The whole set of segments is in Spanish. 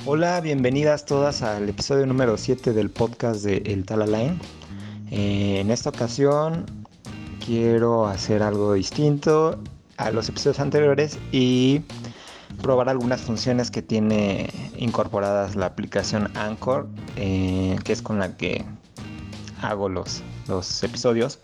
Hola, bienvenidas todas al episodio número 7 del podcast de El Talalay. En esta ocasión quiero hacer algo distinto a los episodios anteriores y probar algunas funciones que tiene incorporadas la aplicación Anchor, que es con la que hago los episodios.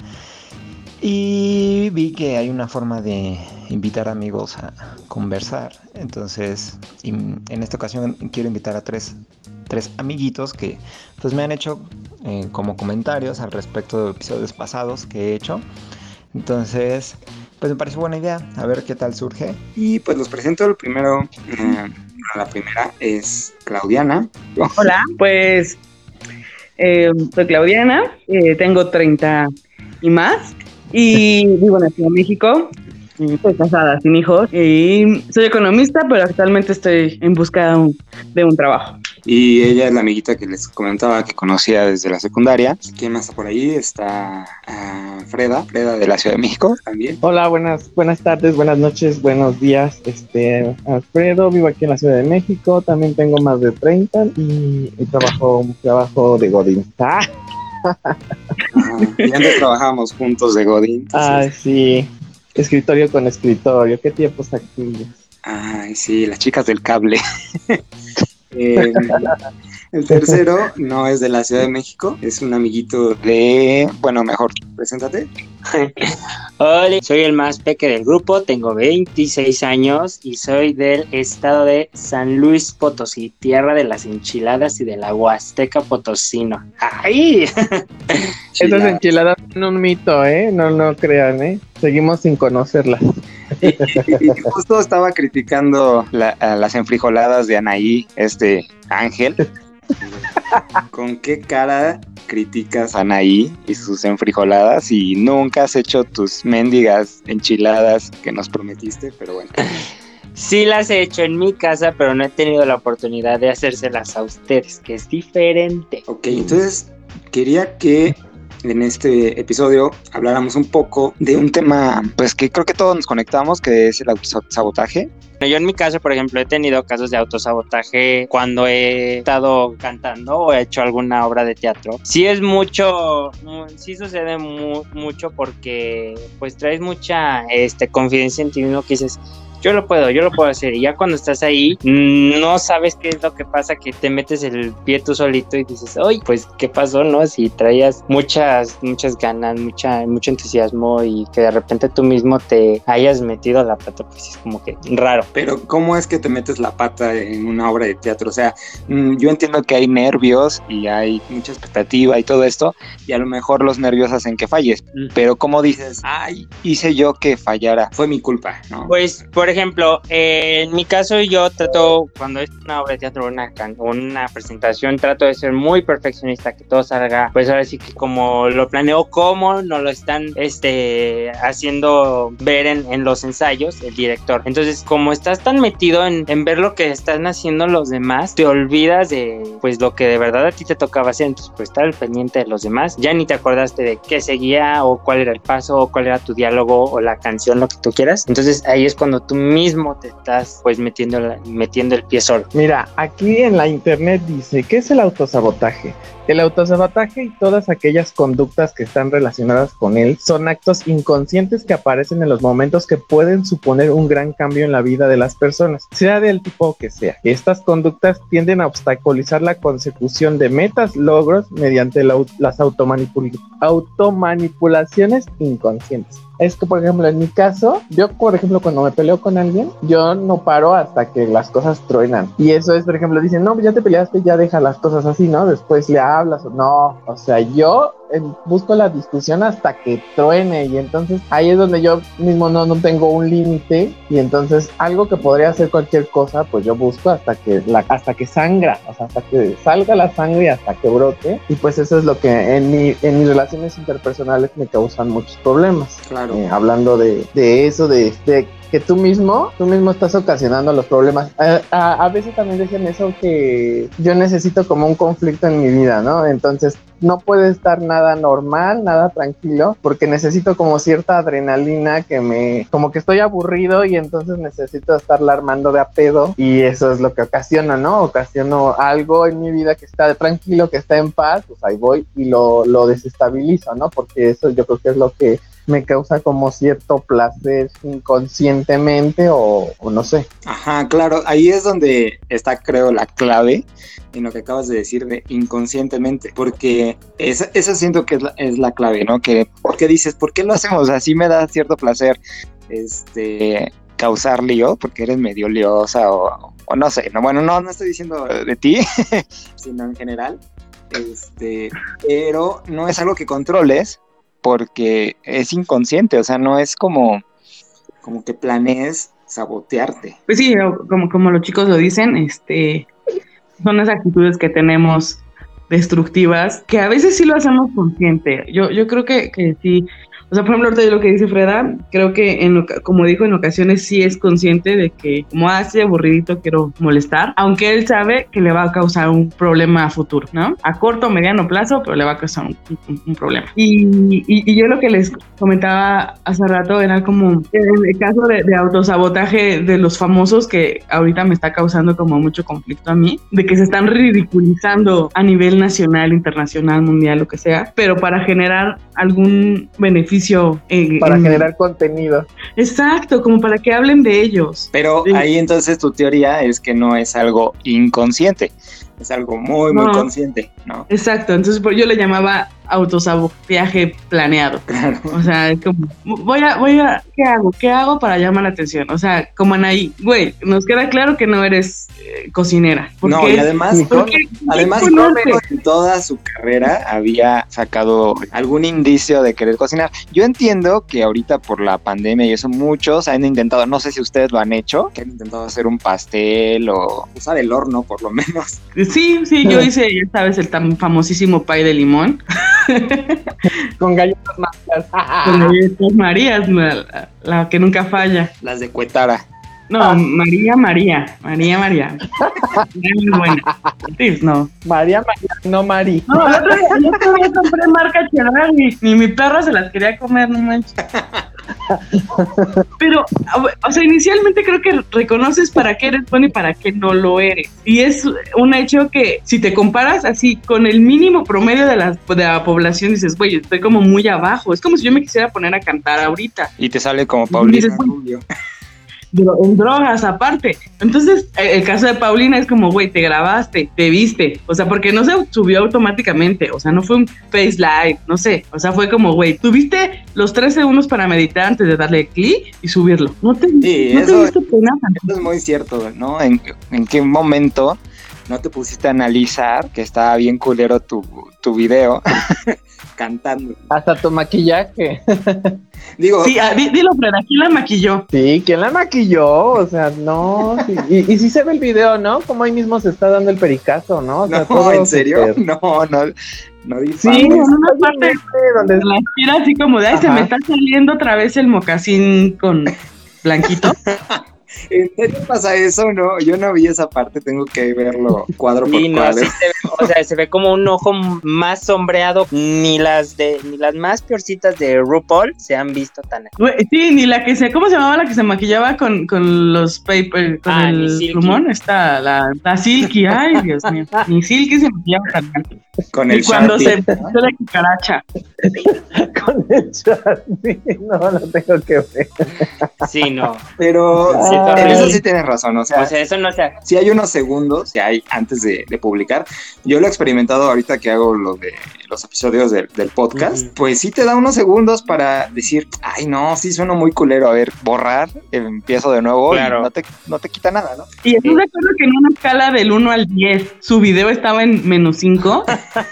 Y vi que hay una forma de invitar amigos a conversar. Entonces, en esta ocasión quiero invitar a tres amiguitos que pues me han hecho como comentarios al respecto de episodios pasados que he hecho. Entonces, pues me parece buena idea. A ver qué tal surge. Y pues los presento. El primero, la primera es Claudiana. Hola, pues soy Claudiana, tengo 30 y más y vivo en la Ciudad de México. Estoy casada, sin hijos y soy economista, pero actualmente estoy en busca de un trabajo. Y ella es la amiguita que les comentaba que conocía desde la secundaria. ¿Quién más está por ahí? Está Freda de la Ciudad de México también. Hola, buenas tardes, buenas noches, buenos días. Alfredo, vivo aquí en la Ciudad de México, también tengo más de 30 y trabajo de Godín. Y antes trabajábamos juntos de Godín. Ay, sí, escritorio con escritorio, qué tiempos aquellos. Ay, sí, las chicas del cable. El tercero no es de la Ciudad de México, es un amiguito de... Bueno, mejor, preséntate. Hola, soy el más peque del grupo, tengo 26 años y soy del estado de San Luis Potosí, tierra de las enchiladas y de la Huasteca Potosino. ¡Ay! Esas enchiladas son un mito, no crean, seguimos sin conocerlas. Y justo estaba criticando a las enfrijoladas de Anaí, Ángel. ¿Con qué cara criticas a Anaí y sus enfrijoladas y nunca has hecho tus mendigas enchiladas que nos prometiste? Pero bueno. Sí las he hecho en mi casa, pero no he tenido la oportunidad de hacérselas a ustedes, que es diferente. Ok, entonces quería que en este episodio habláramos un poco de un tema, pues que creo que todos nos conectamos, que es el autosabotaje. Yo en mi caso, por ejemplo, he tenido casos de autosabotaje cuando he estado cantando o he hecho alguna obra de teatro. Sí es mucho, sí sucede mucho porque pues traes mucha confianza en ti mismo que dices, yo lo puedo hacer, y ya cuando estás ahí no sabes qué es lo que pasa, que te metes el pie tú solito y dices, oye, pues qué pasó, ¿no? Si traías muchas ganas, mucho entusiasmo y que de repente tú mismo te hayas metido la pata, pues es como que raro. Pero ¿cómo es que te metes la pata en una obra de teatro? O sea, yo entiendo que hay nervios y hay mucha expectativa y todo esto, y a lo mejor los nervios hacen que falles, pero ¿cómo dices, ay, hice yo que fallara? Fue mi culpa, ¿no? Pues, por ejemplo, en mi caso yo trato, cuando es una obra de teatro o una presentación, trato de ser muy perfeccionista, que todo salga, pues ahora sí que como lo planeo, como nos lo están haciendo ver en los ensayos, el director. Entonces, como estás tan metido en ver lo que están haciendo los demás, te olvidas de pues lo que de verdad a ti te tocaba hacer. Entonces, pues estar al pendiente de los demás, ya ni te acordaste de qué seguía o cuál era el paso o cuál era tu diálogo o la canción, lo que tú quieras. Entonces, ahí es cuando tú mismo te estás pues metiendo el pie solo. Mira, aquí en la internet dice, ¿qué es el autosabotaje? El autosabotaje y todas aquellas conductas que están relacionadas con él son actos inconscientes que aparecen en los momentos que pueden suponer un gran cambio en la vida de las personas, sea del tipo que sea. Estas conductas tienden a obstaculizar la consecución de metas, logros mediante las automanipulaciones inconscientes. Es que, por ejemplo, en mi caso, yo, por ejemplo, cuando me peleo con alguien, yo no paro hasta que las cosas truenan. Y eso es, por ejemplo, dicen, no, pues ya te peleaste, ya deja las cosas así, ¿no? Después le hablas o no. O sea, yo busco la discusión hasta que truene, y entonces ahí es donde yo mismo no tengo un límite, y entonces algo que podría hacer cualquier cosa, pues yo busco hasta que sangra, o sea, hasta que salga la sangre y hasta que brote. Y pues eso es lo que en mis relaciones interpersonales me causan muchos problemas. Claro. Hablando de eso, de que tú mismo estás ocasionando los problemas. A veces también dicen eso, que yo necesito como un conflicto en mi vida, ¿no? Entonces no puede estar nada normal, nada tranquilo, porque necesito como cierta adrenalina como que estoy aburrido y entonces necesito estarla armando de a pedo y eso es lo que ocasiona, ¿no? Ocasiono algo en mi vida que está tranquilo, que está en paz, pues ahí voy y lo desestabilizo, ¿no? Porque eso yo creo que es lo que me causa como cierto placer inconscientemente o no sé. Ajá, claro, ahí es donde está, creo, la clave en lo que acabas de decir de inconscientemente, porque esa siento que es la clave, ¿no? Que, ¿por qué dices, por qué lo hacemos? Así me da cierto placer, causar lío, porque eres medio liosa o no sé, no, bueno, no estoy diciendo de ti, sino en general, pero no es algo que controles, porque es inconsciente, o sea, no es como que planees sabotearte. Pues sí, como los chicos lo dicen, son las actitudes que tenemos destructivas, que a veces sí lo hacemos consciente. Yo creo que sí. O sea, por ejemplo, ahorita lo que dice Freda, creo que, como dijo, en ocasiones sí es consciente de que, como estoy aburridito, quiero molestar, aunque él sabe que le va a causar un problema a futuro, ¿no? A corto o mediano plazo, pero le va a causar un problema. Y yo lo que les comentaba hace rato era como el caso de autosabotaje de los famosos, que ahorita me está causando como mucho conflicto a mí, de que se están ridiculizando a nivel nacional, internacional, mundial, lo que sea, pero para generar algún beneficio para generar contenido. Exacto, como para que hablen de ellos. Pero sí. Ahí entonces tu teoría es que no es algo inconsciente, es algo muy consciente, ¿no? Exacto, entonces yo le llamaba autosabotaje planeado. Claro. O sea, es como, ¿qué hago para llamar la atención? O sea, como Anaí, güey, nos queda claro que no eres cocinera. No, y además en toda su carrera había sacado algún indicio de querer cocinar. Yo entiendo que ahorita por la pandemia y eso muchos han intentado, no sé si ustedes lo han hecho, que han intentado hacer un pastel o usar el horno por lo menos. Sí, yo hice, ya sabes, el tan famosísimo pay de limón. Con galletas Marías. Con galletas Marías, la que nunca falla. Las de Cuetara. No, María. Muy buena. Sí, no. María, no Mari. No, el otro día compré marca Chedraui, ni mi perro se las quería comer, no manches. Pero, o sea, inicialmente creo que reconoces para qué eres bueno y para qué no lo eres. Y es un hecho que si te comparas así con el mínimo promedio de la población, dices, güey, estoy como muy abajo. Es como si yo me quisiera poner a cantar ahorita. Y te sale como Paulina Rubio. En drogas aparte. Entonces, el caso de Paulina es como, güey, te grabaste, te viste, o sea, porque no se subió automáticamente, o sea, no fue un Face Live, no sé, o sea, fue como, güey, tuviste los 3 segundos para meditar antes de darle clic y subirlo. No te viste nada. Eso es muy cierto, ¿no? ¿En qué momento no te pusiste a analizar que estaba bien culero tu video cantando? Hasta tu maquillaje. Digo, sí, dilo, Fred, ¿quién la maquilló? Sí, ¿quién la maquilló? O sea, no. Sí. Y sí se ve el video, ¿no? Como ahí mismo se está dando el pericazo, ¿no? O sea, no, ¿en serio? Super... No difames. Sí, en una parte donde la tira así como de, se me está saliendo otra vez el mocasín con blanquito. ¿En serio pasa eso? No, yo no vi esa parte, tengo que verlo cuadro por cuadro. Sí o sea, se ve como un ojo más sombreado. Ni las más peorcitas de RuPaul se han visto tan así. Sí, ni la que ¿cómo se llamaba la que se maquillaba con los paper, con el plumón? Está la Silky, ay, Dios mío. Ni Silky se maquillaba tan mal. Con el cuando se puso la cucaracha. Con el Sharpie, no lo tengo que ver. Sí, no. Pero en eso sí tienes razón, o sea, eso no se... Si hay unos segundos que hay antes de publicar, yo lo he experimentado ahorita que hago lo de los episodios del podcast, pues sí te da unos segundos para decir, ay no, sí suena muy culero, a ver, borrar, empiezo de nuevo, claro. Y no te quita nada, ¿no? Y estoy de acuerdo que en una escala del 1 al 10, su video estaba en -5.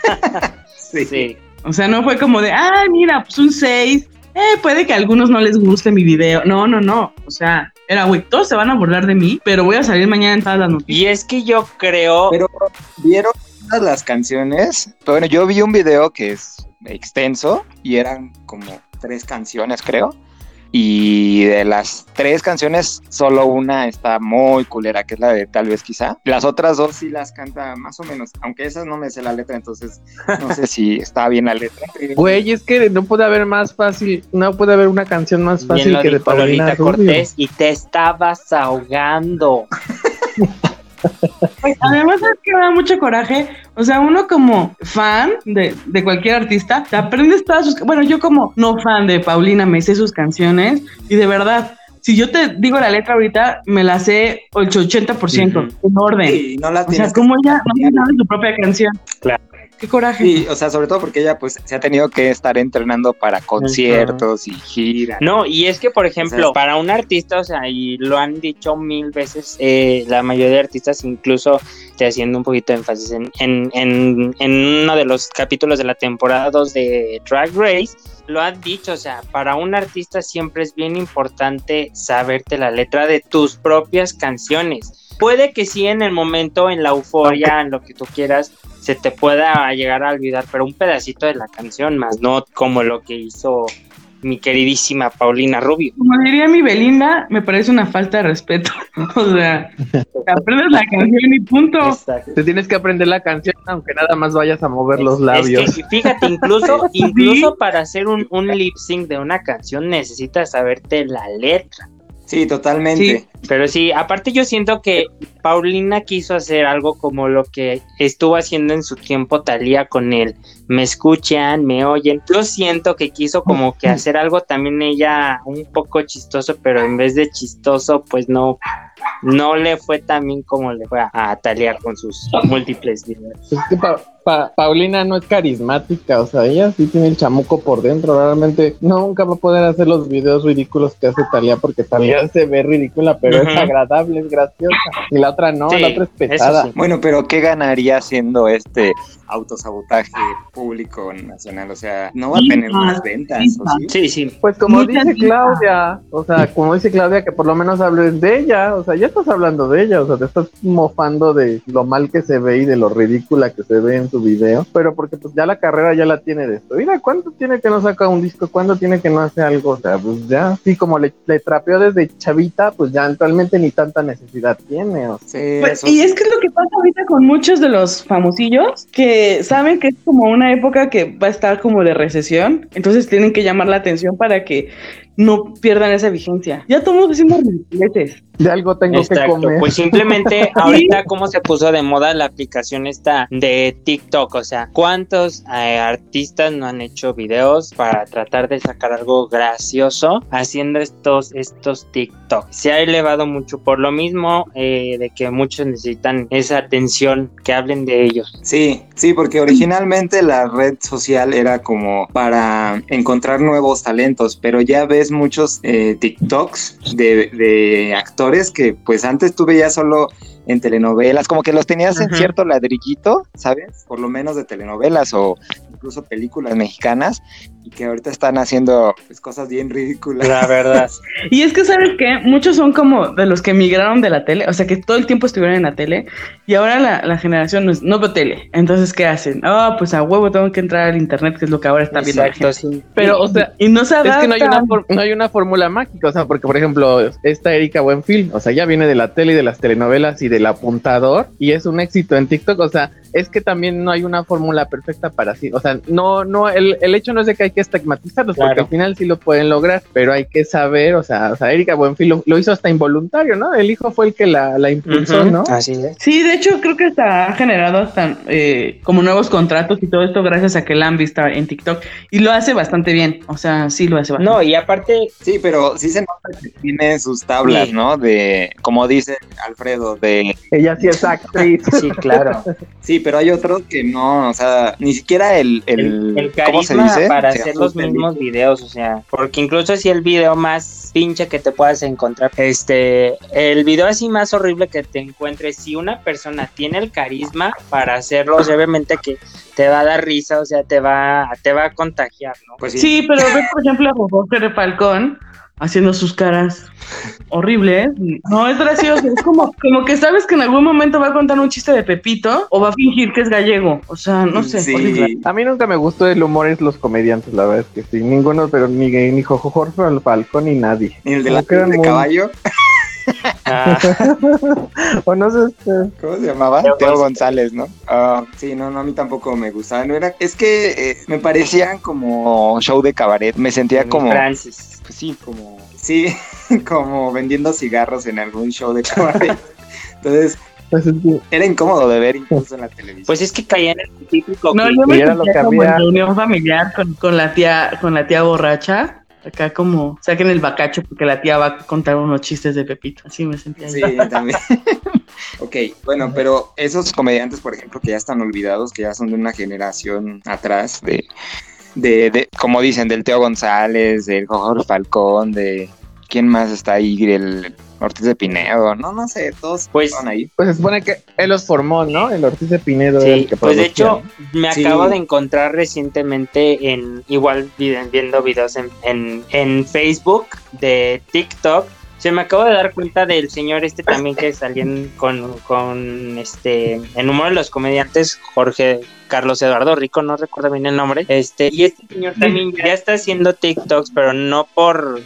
Sí. O sea, no fue como de, mira, pues un 6. Puede que a algunos no les guste mi video. No. O sea, era, güey, todos se van a burlar de mí, pero voy a salir mañana en todas las noticias. Y es que yo creo... Pero, ¿vieron todas las canciones? Bueno, yo vi un video que es extenso y eran como 3 canciones, creo. y de las 3 canciones, solo una está muy culera, que es la de Tal vez quizá. Las otras 2 sí las canta más o menos, aunque esas no me sé la letra, entonces no sé si está bien la letra. Güey, es que no puede haber una canción más Bien fácil lo que de dijo Paulina Lolita Rubio. Cortés, y te estabas ahogando. Pues, además es que me da mucho coraje, o sea, uno como fan de cualquier artista, te aprendes todas sus... Bueno, yo como no fan de Paulina me sé sus canciones y de verdad, si yo te digo la letra ahorita, me la sé el 80% en orden. Sí, no la O tienes sea, como ella no sabe su propia canción. Claro. Qué coraje. Sí, o sea, sobre todo porque ella pues se ha tenido que estar entrenando para conciertos y giras. No, y es que, por ejemplo, O sea, para un artista, o sea, y lo han dicho 1000 veces, la mayoría de artistas, incluso te haciendo un poquito de énfasis en uno de los capítulos de la temporada 2 de Drag Race, lo han dicho, o sea, para un artista siempre es bien importante saberte la letra de tus propias canciones. Puede que sí en el momento, en la euforia, en lo que tú quieras, se te pueda llegar a olvidar, pero un pedacito de la canción, más no como lo que hizo mi queridísima Paulina Rubio. Como diría mi Belinda, me parece una falta de respeto. O sea, aprendes la canción y punto. Exacto. Te tienes que aprender la canción, aunque nada más vayas a mover los Es labios. que, fíjate, incluso para hacer un lip sync de una canción necesitas saberte la letra. sí, totalmente. Sí. Pero sí, aparte yo siento que Paulina quiso hacer algo como lo que estuvo haciendo en su tiempo Thalía con él. Me escuchan, me oyen. Yo siento que quiso como que hacer algo también ella un poco chistoso, pero en vez de chistoso, pues no le fue tan bien como le fue a Thalía con sus múltiples videos. Es que Paulina no es carismática, o sea, ella sí tiene el chamuco por dentro, realmente nunca va a poder hacer los videos ridículos que hace Thalía, porque Thalía se ve ridícula, pero es agradable, es graciosa, y la otra no, Sí, la otra es pesada. eso sí. Bueno, pero ¿qué ganaría haciendo autosabotaje público nacional? O sea, no va a tener más ventas, ¿o sí? Sí, sí. Pues como Muchas dice Claudia, o sea, como dice Claudia, que por lo menos hables de ella, o sea, ya estás hablando de ella, o sea, te estás mofando de lo mal que se ve y de lo ridícula que se ve en su video, pero porque pues ya la carrera ya la tiene de esto. Mira, ¿cuánto tiene que no saca un disco? ¿Cuánto tiene que no hace algo? O sea, pues ya, sí, como le trapeó desde chavita, pues ya actualmente ni tanta necesidad tiene, o sea. Sí, Pues, eso y es que es lo que pasa ahorita con muchos de los famosillos que saben que es como una época que va a estar como de recesión, entonces tienen que llamar la atención para que no pierdan esa vigencia. Ya todos decimos ridiculeces. De algo tengo que comer. Pues simplemente ahorita como se puso de moda la aplicación esta de TikTok, o sea, ¿cuántos artistas no han hecho videos para tratar de sacar algo gracioso haciendo estos TikTok? Se ha elevado mucho por lo mismo de que muchos necesitan esa atención, que hablen de ellos. Sí, porque originalmente la red social era como para encontrar nuevos talentos, pero ya ves muchos TikToks de actores que pues antes tú veías solo en telenovelas, como que los tenías en cierto ladrillito, ¿sabes? Por lo menos de telenovelas o incluso películas mexicanas, y que ahorita están haciendo pues cosas bien ridículas. La verdad. Y es que, ¿sabes qué? Muchos son como de los que migraron de la tele, o sea, que todo el tiempo estuvieron en la tele, y ahora la generación no ve tele. Entonces, ¿qué hacen? Pues a huevo tengo que entrar al internet, que es lo que ahora está viendo la gente. Sí. Pero, o sea, Y no se es que adaptan. no hay una fórmula mágica, o sea, porque por ejemplo, esta Erika Buenfil, o sea, ya viene de la tele y de las telenovelas y del apuntador, y es un éxito en TikTok, o sea, es que también no hay una fórmula perfecta para sí, o sea, el hecho no es de que hay que estigmatizarlos, Claro. porque al final sí lo pueden lograr, pero hay que saber, o sea, Erika Buenfil lo hizo hasta involuntario, ¿no? El hijo fue el que la impulsó, ¿no? Así es. Sí, de hecho, creo que ha generado hasta como nuevos contratos y todo esto gracias a que Lambi está en TikTok, y lo hace bastante bien, o sea, sí lo hace bastante. No, y aparte, Sí, pero sí se nota que tiene sus tablas, Sí. ¿no? De, como dice Alfredo, de... Ella sí es actriz. sí, claro. Sí, pero hay otros que no, o sea, ni siquiera el ¿cómo se carisma dice? para Se hacer los ajusta el mismos videos, o sea, porque incluso si el video más pinche que te puedas encontrar, el video así más horrible que te encuentres, si una persona tiene el carisma para hacerlo, o sea, obviamente que te va a dar risa, o sea, te va a contagiar, ¿no? Pues Sí, pero ve, por ejemplo, a Jorge Falcón. haciendo sus caras horribles. No, es gracioso. Es como que sabes que en algún momento va a contar un chiste de Pepito o va a fingir que es gallego. O sea, no sé. Sí. A mí nunca me gustó el humor es los comediantes, la verdad es que sí. Ninguno, pero ni Jorge Falcón ni nadie. Ni el de Como la que eran de muy- caballo. O no sé. ¿Cómo se llamaba? Teo González, ¿no? Sí, no, a mí tampoco me gustaba. No era, es que me parecían como show de cabaret. Me sentía como, Francis. pues sí, como vendiendo cigarros en algún show de cabaret. Entonces, Pues es que- era incómodo de ver incluso en la televisión. Pues es que caía en el típico No, que- yo me Y era lo sentía que como en había- reunión familiar con la tía borracha. Acá como saquen el bacacho porque la tía va a contar unos chistes de Pepito. Así me sentía yo. Sí, también. Ok, bueno, pero esos comediantes, por ejemplo, que ya están olvidados, que ya son de una generación atrás, como dicen, del Teo González, del Jorge Falcón, de quién más está ahí, del Ortiz de Pinedo, no sé, todos Pues- están ahí. Pues se supone que él los formó, ¿no? El Ortiz de Pinedo era el Sí, que pues de producía. hecho me Sí. acabo de encontrar recientemente viendo videos en Facebook de TikTok. Se me acabo de dar cuenta del señor también que salían con en Humor de los Comediantes, Jorge Carlos Eduardo Rico, no recuerdo bien el nombre. Y este señor también ya está haciendo TikToks, pero no por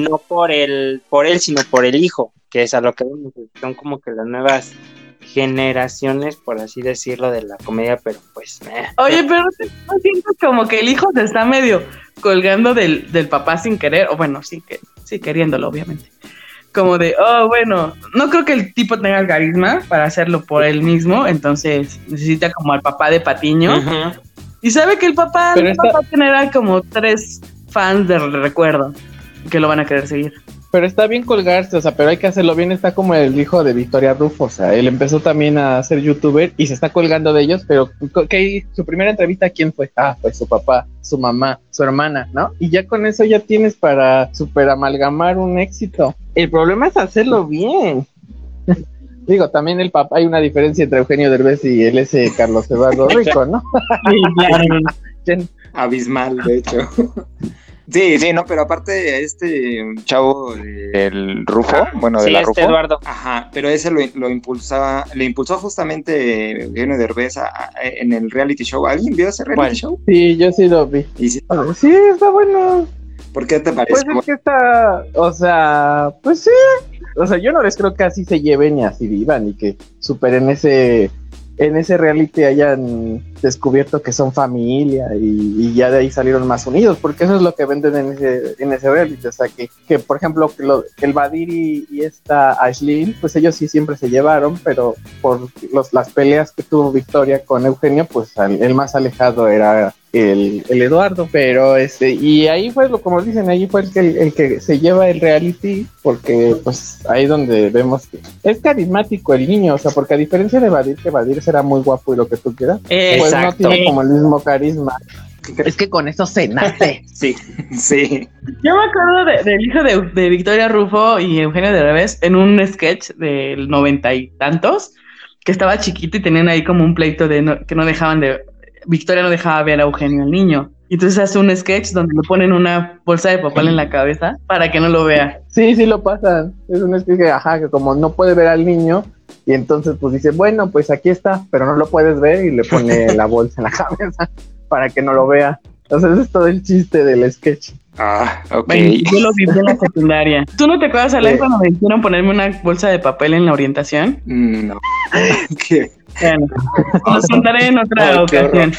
él, sino por el hijo, que es a lo que vamos, son como que las nuevas generaciones, por así decirlo, de la comedia, pero pues Oye, pero ¿no sientes como que el hijo se está medio colgando del papá sin querer? O bueno, sí queriéndolo, obviamente. Como de, bueno, no creo que el tipo tenga el carisma para hacerlo por él mismo, entonces necesita como al papá de Patiño. Ujú. Y sabe que el papá Pero va a tener a como 3 fans del recuerdo que lo van a querer seguir. Pero está bien colgarse, o sea, pero hay que hacerlo bien. Está como el hijo de Victoria Rufo, o sea, él empezó también a ser youtuber y se está colgando de ellos, pero su primera entrevista, ¿quién fue? Pues su papá, su mamá, su hermana, ¿no? Y ya con eso ya tienes para super amalgamar un éxito. El problema es hacerlo bien. Digo, también el papá, hay una diferencia entre Eugenio Derbez y el ese Carlos Eduardo Rico, ¿no? Sí, claro. Abismal, de hecho. Sí, no, pero aparte chavo del Rufo, bueno, de Sí, la Rufo. Eduardo. Ajá, pero ese le impulsó justamente Eugenio Derbez en el reality show. ¿Alguien vio ese reality ¿Cuál? show? Sí, yo sí lo vi. Y sí, Sí, está bueno. ¿por qué te parece? Pues es que está, o sea, pues sí. O sea, yo no les creo que así se lleven ni así vivan y que superen en ese reality hayan descubierto que son familia y ya de ahí salieron más unidos, porque eso es lo que venden en ese reality. O sea, que por ejemplo, el Badir y esta Aislinn, pues ellos sí siempre se llevaron, pero por las peleas que tuvo Victoria con Eugenio, pues el más alejado era el Eduardo, pero y ahí fue como dicen, ahí fue el que se lleva el reality, porque pues ahí donde vemos que es carismático el niño, o sea, porque a diferencia de Badir, que Badir será muy guapo y lo que tú quieras, pues no Exacto. tiene como el mismo carisma. Es que con eso se nace. Sí. Yo me acuerdo del hijo de Victoria Rufo y Eugenio Derbez en un sketch del 90 y tantos, que estaba chiquito y tenían ahí como un pleito que no dejaban Victoria no dejaba ver a Eugenio, el niño. Y entonces hace un sketch donde le ponen una bolsa de papel en la cabeza para que no lo vea. Sí lo pasan. Es un sketch que como no puede ver al niño, y entonces pues dice, bueno, pues aquí está, pero no lo puedes ver, y le pone la bolsa en la cabeza para que no lo vea. Entonces ese es todo el chiste del sketch. Ok. Bueno, yo lo viví en la secundaria. ¿Tú no te acuerdas, Alan, cuando me hicieron ponerme una bolsa de papel en la orientación? No. ¿Qué? Bueno, los contaré en otra Ay, qué ocasión.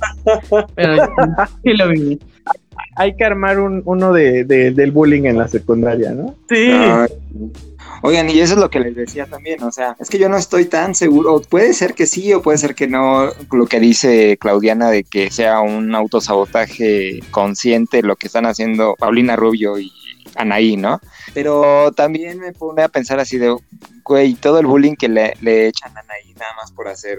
Pero sí lo viví. Hay que armar uno del bullying en la secundaria, ¿no? Sí. Ay. Oigan, y eso es lo que les decía también, o sea, es que yo no estoy tan seguro, puede ser que sí o puede ser que no, lo que dice Claudiana de que sea un autosabotaje consciente lo que están haciendo Paulina Rubio y Anaí, ¿no? Pero también me pone a pensar así de, güey, todo el bullying que le echan a Anaí nada más por hacer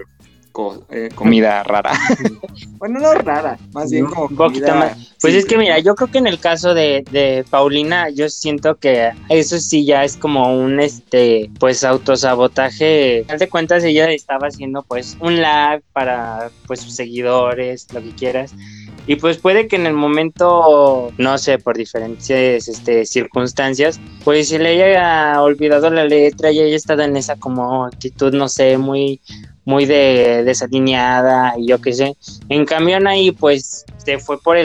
comida rara. Bueno, no rara, más bien como Un poquito comida. más. Pues sí, es que mira, yo creo que en el caso de Paulina, yo siento que eso sí ya es como un pues autosabotaje. Al de cuentas ella estaba haciendo pues un live para pues sus seguidores, lo que quieras. Y pues puede que en el momento, no sé, por diferentes circunstancias, pues se le haya olvidado la letra y haya estado en esa como actitud, no sé, muy desalineada y yo qué sé. En cambio Anaí pues se fue por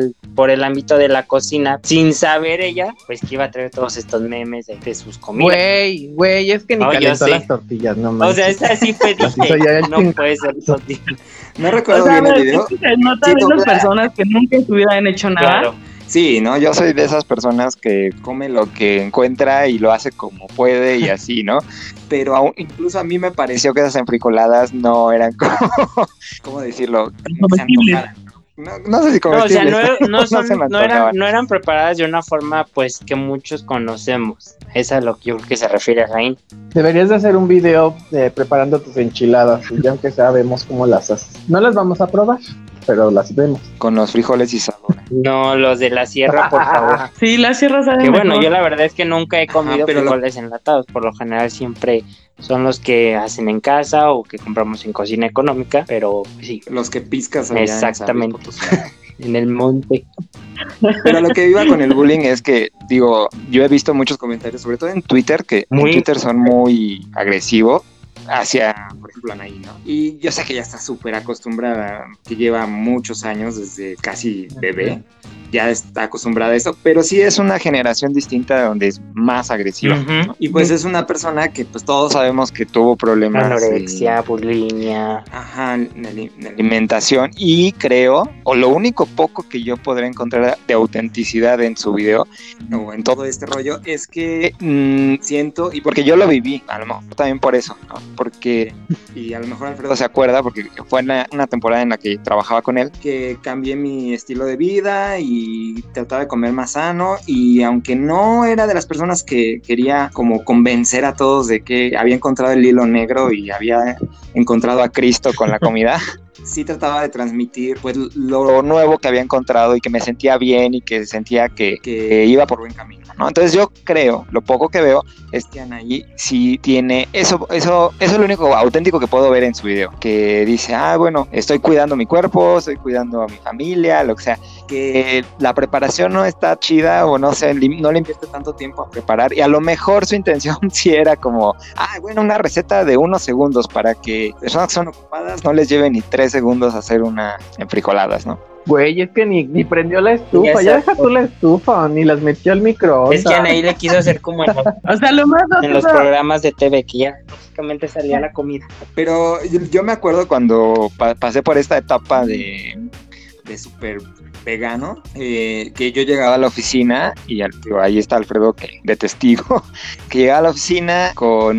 el ámbito de la cocina sin saber ella pues que iba a traer todos estos memes de sus comidas. Güey, es que ni Oh, yo calentó sé. las tortillas, no O manches. sea, esa sí fue, Las dije, hizo ya el no chingado. puede ser posible. No O recuerdo sea, a bien el ver, video. es que se nota Sí, de esas toca- personas que nunca en su vida han hecho nada. Claro. Sí, ¿no? Yo soy de esas personas que come lo que encuentra y lo hace como puede y así, ¿no? Pero incluso a mí me pareció que esas enfrijoladas no eran como, ¿cómo decirlo? Como que se Comestibles. antojaran. No sé si No, o sea, comestibles. no, me no eran, antojaban. no eran preparadas de una forma pues que muchos conocemos. Esa es lo que yo creo que se refiere a Rain. Deberías de hacer un video preparando tus enchiladas y ya aunque sea vemos cómo las haces. No las vamos a probar, pero las vemos. Con los frijoles y sabor. No, los de la sierra, por favor. Sí, las sierras saben Que bueno, mejor. yo la verdad es que nunca he comido pero frijoles enlatados. Por lo general siempre son los que hacen en casa o que compramos en cocina económica, pero sí, Los que pizcas allá en San Luis exactamente. Potosí. En el monte. Pero lo que iba con el bullying es que, digo, yo he visto muchos comentarios, sobre todo en Twitter, que Muy- en Twitter son muy agresivos hacia, por ejemplo, Anaí, ¿no? Y yo sé que ya está súper acostumbrada, que lleva muchos años, desde casi bebé, ya está acostumbrada a esto, pero sí es una generación distinta donde es más agresiva. Ujú. Y pues es una persona que pues todos sabemos que tuvo problemas Anorexia, bulimia. ajá, de alimentación, y creo, o lo único poco que yo podré encontrar de autenticidad en su video o en todo este rollo es que siento, y porque yo lo viví, a lo mejor también por eso, ¿no? Porque, y a lo mejor Alfredo se acuerda, porque fue en una temporada en la que trabajaba con él, que cambié mi estilo de vida y trataba de comer más sano, y aunque no era de las personas que quería como convencer a todos de que había encontrado el hilo negro y había encontrado a Cristo con la comida, sí trataba de transmitir pues lo nuevo que había encontrado y que me sentía bien y que sentía que iba por buen camino, ¿no? Entonces yo creo, lo poco que veo, es que Anaí sí tiene eso es lo único auténtico que puedo ver en su video, que dice, bueno, estoy cuidando mi cuerpo, estoy cuidando a mi familia, lo que sea, que la preparación no está chida o no sé, no le invierte tanto tiempo a preparar, y a lo mejor su intención sí era como, bueno, una receta de 1 segundos para que personas que son ocupadas no les lleve ni 3 segundos hacer unas enfrijoladas, ¿no? Güey, es que ni prendió la estufa, Ya ya sé. deja tú la estufa, ni las metió al microondas. Es que Anaí le quiso hacer como O sea, lo más en los otro- programas de TV, que ya básicamente salía la comida. Pero yo me acuerdo cuando pasé por esta etapa de súper vegano, que yo llegaba a la oficina y digo, ahí está Alfredo de testigo, que llegaba a la oficina con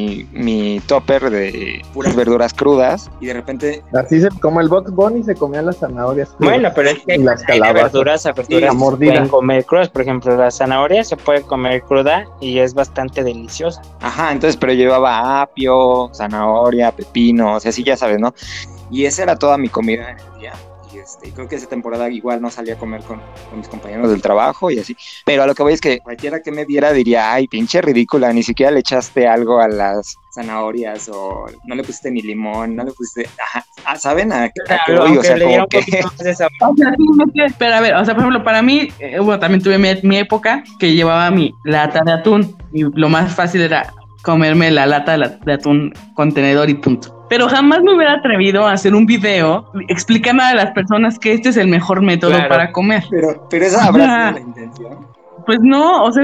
mi topper de puras verduras crudas y de repente Así como el Box Bunny se comía las zanahorias. Bueno, pero es que Y las hay de calabazas. verduras a Sí, verduras a se mordida. pueden comer crudas. Por ejemplo, la zanahoria se puede comer cruda y es bastante deliciosa. ajá, entonces, pero llevaba apio, zanahoria, pepino, o sea, sí, ya sabes, ¿no? Y esa era toda mi comida en el día. Y creo que esa temporada igual no salía a comer con mis compañeros del trabajo y así. Pero a lo que voy es que cualquiera que me viera diría, ay, pinche ridícula, ni siquiera le echaste algo a las zanahorias, o no le pusiste ni limón, no le pusiste... Ajá, ¿saben a qué voy? O sea, le diera como un que... poquito más de sabor. O sea, sí, es que, pero a ver, o sea, por ejemplo, para mí, también tuve mi época que llevaba mi lata de atún y lo más fácil era comerme la lata de atún contenedor y punto. Pero jamás me hubiera atrevido a hacer un video explicando a las personas que este es el mejor método Claro. para comer. Pero esa habrá sido la intención. Pues no, o sea,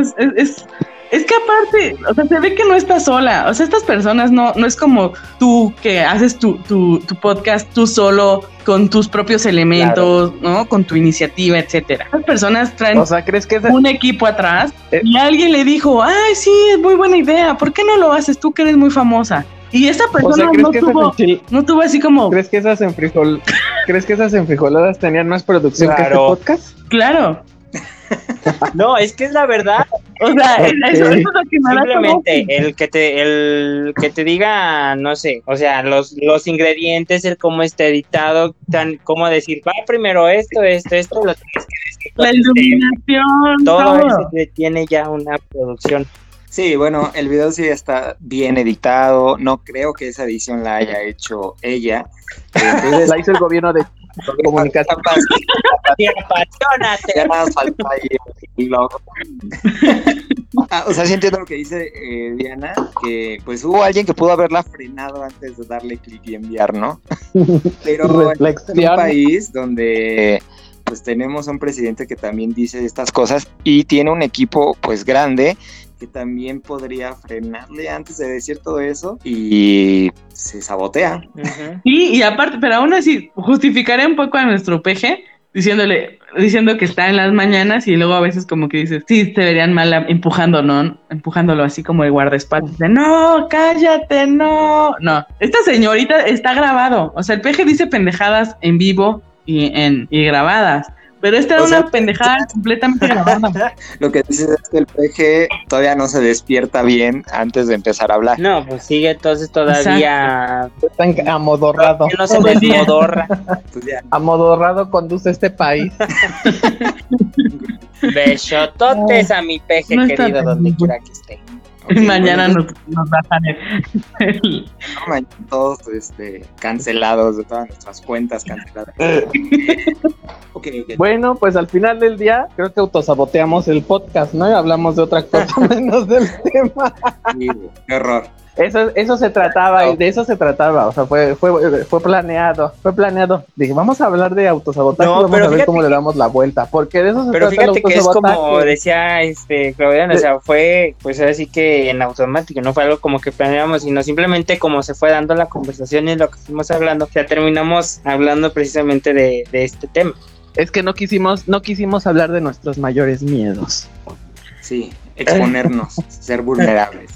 es que aparte, o sea, se ve que no estás sola. O sea, estas personas no es como tú que haces tu podcast tú solo con tus propios elementos, ¿no? Con tu iniciativa, etcétera. Estas personas traen O sea, ¿crees que un equipo atrás y alguien le dijo, ay, sí, es muy buena idea, ¿por qué no lo haces tú que eres muy famosa? Y esa persona no tuvo así como... ¿Crees que esas enfrijoladas tenían más producción que este Claro. podcast? Claro. No, es que es la verdad. O sea, Ok. eso es lo que me da Simplemente el que te diga, no sé, o sea, los ingredientes, el cómo está editado, cómo decir, va primero esto, lo tienes que decir. la iluminación, Todo todo. eso tiene ya una producción. Sí, bueno, el video sí está bien editado. No creo que esa edición la haya hecho ella. Entonces, La hizo el gobierno de... Comunicación. Sí, apasionate. Ya nada más falta ahí el logo. O sea, sí entiendo lo que dice Diana, que pues hubo alguien que pudo haberla frenado antes de darle clic y enviar, ¿no? Pero en un Reflexión. país donde pues tenemos un presidente que también dice estas cosas y tiene un equipo pues grande que también podría frenarle antes de decir todo eso y se sabotea. Ujú. Y aparte, pero aún así, justificaré un poco a nuestro peje diciendo que está en las mañanas y luego a veces como que dices, sí, te verían mal empujando, ¿no? Empujándolo así como de guardaespaldas. De, no, cállate, no. No, esta señorita está grabado. O sea, el peje dice pendejadas en vivo y grabadas. Pero esta era O sea, una pendejada completamente grabada. Lo que dices es que el PG todavía no se despierta bien antes de empezar a hablar. No, pues sigue entonces todavía. Están amodorrado. No se Todo el día. desmodorra. Pues ya, Amodorrado conduce este país. Besototes a mi peje No está querido, tan donde bien. quiera que esté. ok, Mañana bueno, nos bajan el- no, mañana todos cancelados, de todas nuestras cuentas canceladas. Ok. Bueno, pues al final del día creo que autosaboteamos el podcast, ¿no? Y hablamos de otra cosa menos del tema. Sí, qué horror. Eso se trataba, y de eso se trataba, o sea, fue planeado. Dije, vamos a hablar de autosabotaje, No, vamos pero a ver fíjate cómo le damos la vuelta, porque de eso se Pero trata el fíjate que es autosabotaje. como decía Claudiana, o sea, fue pues así que en automático, no fue algo como que planeamos, sino simplemente como se fue dando la conversación y lo que fuimos hablando, o sea, terminamos hablando precisamente de este tema. Es que no quisimos hablar de nuestros mayores miedos. Sí, exponernos, ser vulnerables.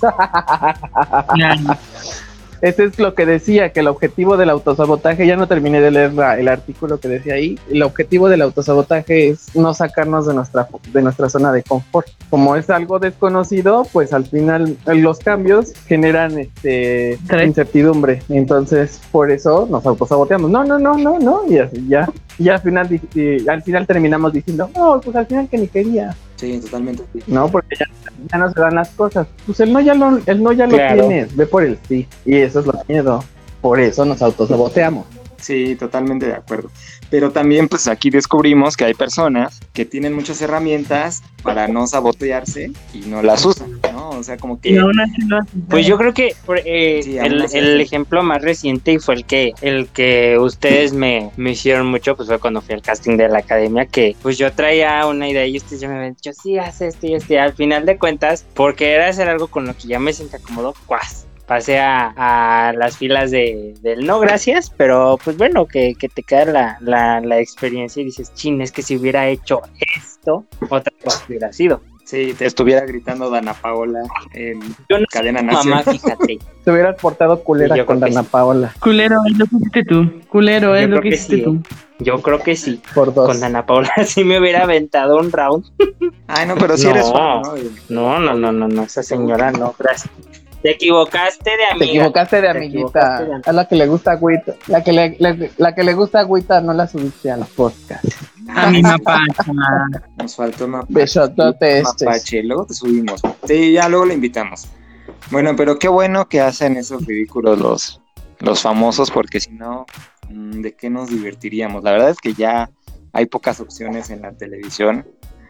Eso es lo que decía, que el objetivo del autosabotaje, ya no terminé de leer el artículo que decía ahí, el objetivo del autosabotaje es no sacarnos de nuestra zona de confort. Como es algo desconocido, pues al final los cambios generan incertidumbre. Entonces, por eso nos autosaboteamos. No, y así ya. Y al final terminamos diciendo, no, pues al final que ni quería. Sí, totalmente. No, porque ya no se dan las cosas. Pues el no ya lo Claro. tienes, ve por el sí. Y eso es lo miedo. Por eso nos autosaboteamos. Sí, totalmente de acuerdo. Pero también, pues aquí descubrimos que hay personas que tienen muchas herramientas para no sabotearse y no las usan, ¿no? O sea, como que... Y aún así lo hacen. Pues yo creo que Sí, aún así. el ejemplo más reciente y fue el que ustedes me hicieron mucho, pues fue cuando fui al casting de la academia, que pues yo traía una idea y ustedes ya me habían dicho, sí, haz esto y esto, y al final de cuentas, porque era hacer algo con lo que ya me sentía cómodo, ¡cuas! Pasé a las filas del no gracias, pero pues bueno, que te queda la experiencia y dices, chin, es que si hubiera hecho esto, otra cosa hubiera sido. Sí, te estuviera gritando Dana Paola en Yo no Cadena sé, Nacional. mamá, fíjate. Te hubieras portado culera Yo con creo que Dana sí. Paola. Culero, es lo que hiciste tú. Culero, es Yo lo creo que que hiciste sí, tú. Yo creo que sí. Por dos. Con Ana Paula sí me hubiera aventado un round. Ay, no, pero si No. eres fan, ¿no? No, esa señora no, gracias. Te equivocaste de amiga. Te equivocaste de Te amiguita. equivocaste de amiga. A la que le gusta agüita. La que le gusta agüita no la subiste al podcast. A mi mapacha. Nos faltó Besotote Mapache, luego te subimos. Sí, ya luego le invitamos. Bueno, pero qué bueno que hacen esos ridículos los famosos, porque si no, ¿de qué nos divertiríamos? La verdad es que ya hay pocas opciones en la televisión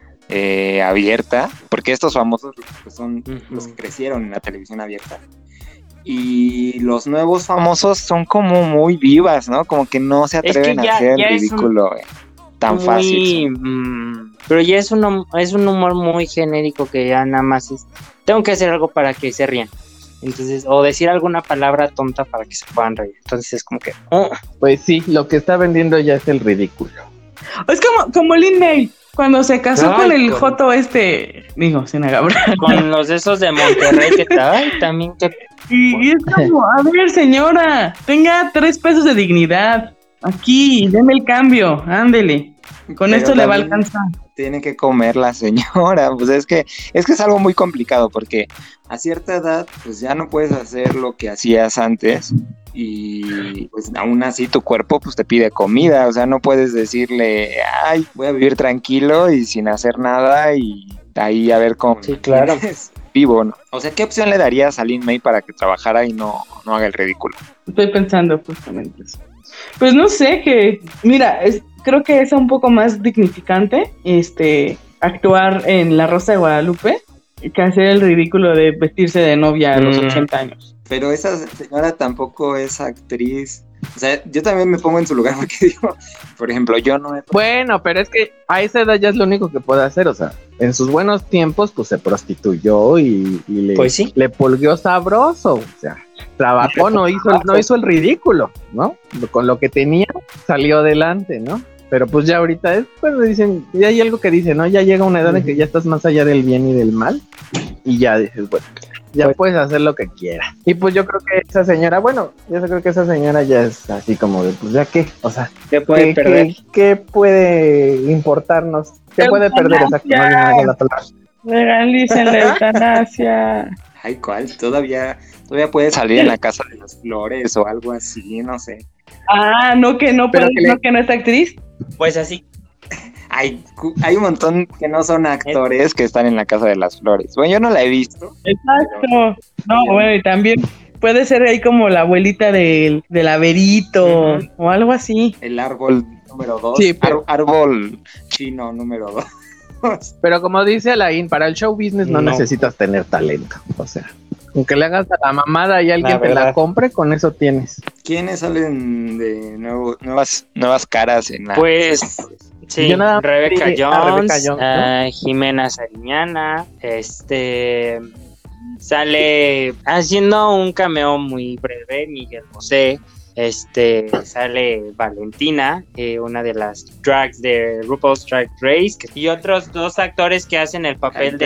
abierta, porque estos famosos pues, son los que crecieron en la televisión abierta. Y los nuevos famosos son como muy vivas, ¿no? Como que no se Es que atreven ya- a hacer ya el es un- ridículo tan Muy, fácil. pero ya es un humor muy genérico que ya nada más es, tengo que hacer algo para que se rían. Entonces, o decir alguna palabra tonta para que se puedan reír. Entonces es como que, Pues sí, lo que está vendiendo ya es el ridículo. Es como Lin May, cuando se casó Ay, con el con- Joto digo, sin agabrar. con los esos de Monterrey que tal, también que Y es como, a ver, señora, tenga 3 pesos de dignidad. Aquí, deme el cambio, ándele. Con Pero esto le va a también alcanzar. tiene que comer la señora, pues es que es algo muy complicado, porque a cierta edad pues ya no puedes hacer lo que hacías antes y pues aún así tu cuerpo pues te pide comida, o sea, no puedes decirle, ay, voy a vivir tranquilo y sin hacer nada y ahí a ver cómo Sí, claro. tienes vivo, ¿no? O sea, ¿qué opción le darías a Lin May para que trabajara y no haga el ridículo? Estoy pensando justamente eso. Pues no sé, mira, creo que es un poco más dignificante actuar en La Rosa de Guadalupe que hacer el ridículo de vestirse de novia a los 80 años. Pero esa señora tampoco es actriz. O sea, yo también me pongo en su lugar porque digo, por ejemplo, yo no me... Bueno, pero es que a esa edad ya es lo único que puede hacer, o sea, en sus buenos tiempos pues se prostituyó y Pues sí. le pulgueó sabroso, o sea, trabajó, no hizo el ridículo, ¿no? Con lo que tenía salió adelante, ¿no? Pero pues ya ahorita es cuando dicen, ya hay algo que dice, ¿no? Ya llega una edad en que ya estás más allá del bien y del mal y ya dices, bueno, ya puedes hacer lo que quieras. Y pues yo creo que esa señora, ya es así como de, pues ya qué, o sea, ¿Qué puede perder? ¿Qué puede importarnos? ¿Qué puede perder? Exacto, no viene la palabra. Legalicen la eutanasia. Ay, ¿cuál? Todavía puede salir en La Casa de las Flores o algo así, no sé. Ah, no, que no, Pero que no es actriz. Pues así. Hay un montón que no son actores que están en La Casa de las Flores. Bueno, yo no la he visto. Exacto. No, bueno, y también puede ser ahí como la abuelita del Averito o algo así. El árbol número 2. Sí, pero... árbol chino número 2. Pero como dice Alain, para el show business no necesitas tener talento. O sea, aunque le hagas a la mamada y alguien te la compre, con eso tienes. ¿Quiénes salen de nuevas caras en la... Pues... Sí, Rebeca Jones, ¿no? Jimena Sariñana, sale haciendo un cameo muy breve, Miguel Bosé, sale Valentina, una de las drags de RuPaul's Drag Race, y otros dos actores que hacen el papel